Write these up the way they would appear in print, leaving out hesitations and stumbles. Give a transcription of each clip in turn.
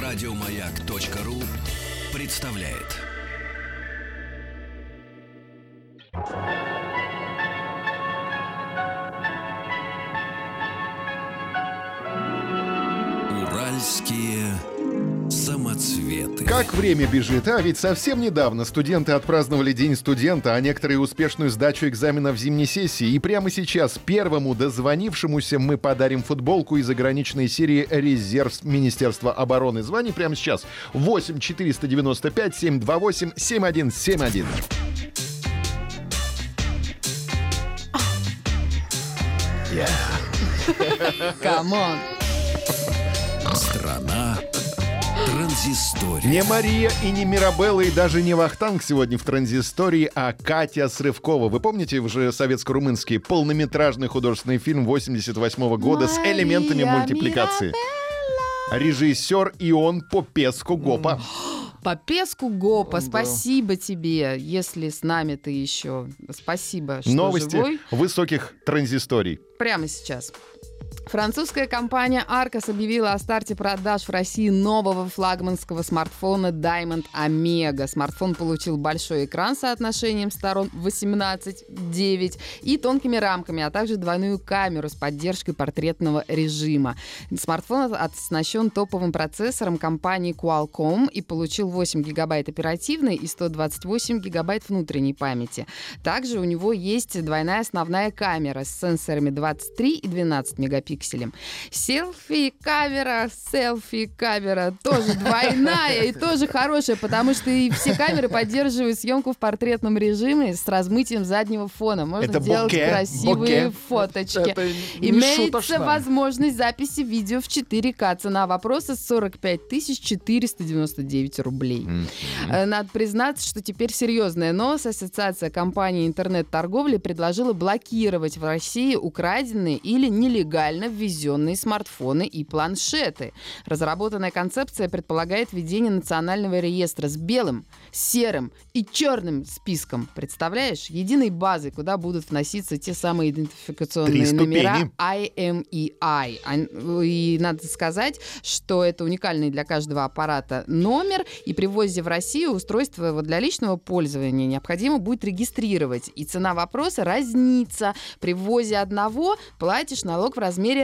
Радиомаяк.ру представляет. Уральские самоцветы. Как время бежит, а ведь совсем недавно студенты отпраздновали День студента, а некоторые успешную сдачу экзаменов зимней сессии. И прямо сейчас первому дозвонившемуся мы подарим футболку из ограниченной серии «Резерв Министерства обороны». Звони прямо сейчас. 8 495 728 7171. Камон. Страна транзистория. Не Мария и не Мирабелла и даже не Вахтанг сегодня в транзистории, а Катя Срывкова. Вы помните уже советско-румынский полнометражный художественный фильм 88 года с элементами мультипликации? Режиссер Ион Попеску Гопа. Попеску Гопа, спасибо тебе, если с нами ты еще. Спасибо, что Новости живой. высоких транзисторий. Прямо сейчас. Французская компания Arcos объявила о старте продаж в России нового флагманского смартфона Diamond Omega. Смартфон получил большой экран с соотношением сторон 18:9 и тонкими рамками, а также двойную камеру с поддержкой портретного режима. Смартфон оснащен топовым процессором компании Qualcomm и получил 8 гигабайт оперативной и 128 гигабайт внутренней памяти. Также у него есть двойная основная камера с сенсорами 23 и 12 мегапикселей. Селфи-камера тоже двойная и тоже хорошая, потому что и все камеры поддерживают съемку в портретном режиме с размытием заднего фона. Можно Это делать красивые фоточки. Это Имеется возможность записи видео в 4К. Цена вопроса 45 499 рублей. Надо признаться, что теперь серьезная новость. Ассоциация компаний интернет-торговли предложила блокировать в России украденные или нелегально ввезенные смартфоны и планшеты. Разработанная концепция предполагает введение национального реестра с белым, серым и черным списком. Представляешь? Единой базой, куда будут вноситься те самые идентификационные номера IMEI. И надо сказать, что это уникальный для каждого аппарата номер, и при ввозе в Россию устройство его для личного пользования необходимо будет регистрировать. И цена вопроса разнится. При ввозе одного платишь налог в размере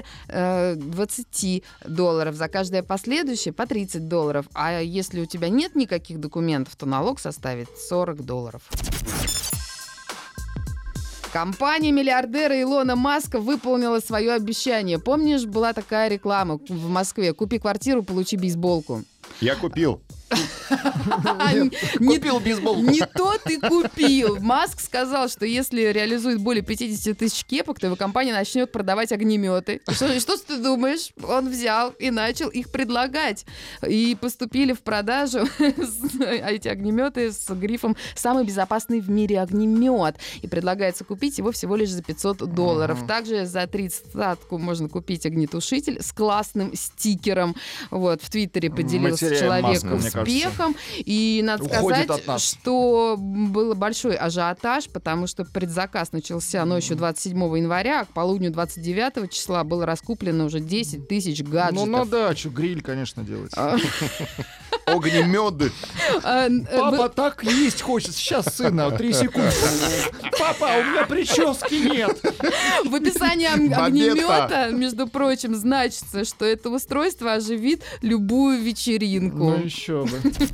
$20. За каждое последующее по $30. А если у тебя нет никаких документов, то налог составит $40. Компания миллиардера Илона Маска выполнила свое обещание. Помнишь, была такая реклама в Москве? Купи квартиру, получи бейсболку. Я купил. Купил бейсболку. Не то ты купил. Маск сказал, что если реализует более 50 тысяч кепок, то его компания начнет продавать огнеметы. Что ты думаешь? Он взял и начал их предлагать. И поступили в продажу эти огнеметы с грифом «Самый безопасный в мире огнемет». И предлагается купить его всего лишь за $500. Также за 30-ку можно купить огнетушитель с классным стикером. Вот, в Твиттере поделился человек успехом. И надо сказать, что был большой ажиотаж, потому что предзаказ начался ночью 27 января, а к полудню 29 числа было раскуплено уже 10 тысяч гаджетов. Ну, на дачу гриль, конечно, делать. Огнемёды. Папа так есть хочет. Сейчас, сына, 3 секунды. Папа, у меня прически нет. В описании огнемета, между прочим, значится, что это устройство оживит любую вечеринку. Ну еще бы.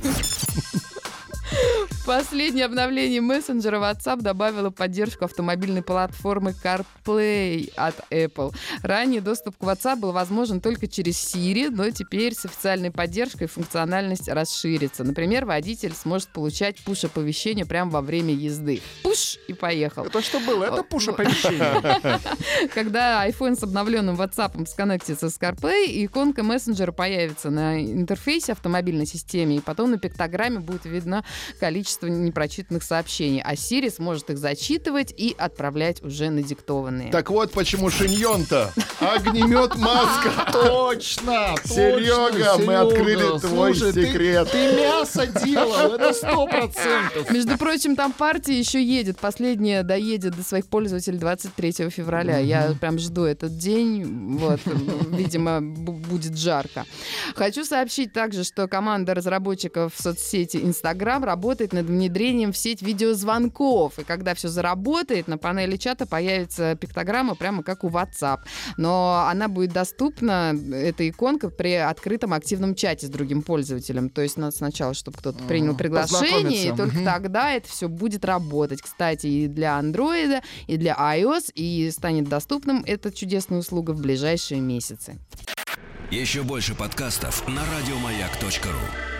Последнее обновление мессенджера WhatsApp добавило поддержку автомобильной платформы CarPlay от Apple. Ранее доступ к WhatsApp был возможен только через Siri, но теперь с официальной поддержкой функциональность расширится. Например, водитель сможет получать пуш-оповещение прямо во время езды. Пуш! И поехал. Это что было? Это пуш-оповещение. Когда iPhone с обновленным WhatsApp сконнектится с CarPlay, иконка мессенджера появится на интерфейсе автомобильной системе, и потом на пиктограмме будет видно количество непрочитанных сообщений, а Siri сможет их зачитывать и отправлять уже надиктованные. Так вот почему шиньон-то Огнемет Маска. Точно! Серега, мы открыли твой секрет. Ты мясо делал, это 100%. Между прочим, там партия еще едет. Последняя доедет до своих пользователей 23 февраля. Я прям жду этот день. Вот, видимо, будет жарко. Хочу сообщить также, что команда разработчиков в соцсети Instagram работает над внедрением в сеть видеозвонков. И когда все заработает, на панели чата появится пиктограмма прямо как у WhatsApp. Но она будет доступна, эта иконка, при открытом активном чате с другим пользователем. То есть надо сначала, чтобы кто-то принял приглашение, и только тогда это все будет работать. Кстати, и для Android, и для iOS, и станет доступным эта чудесная услуга в ближайшие месяцы. Еще больше подкастов на радиомаяк.ру.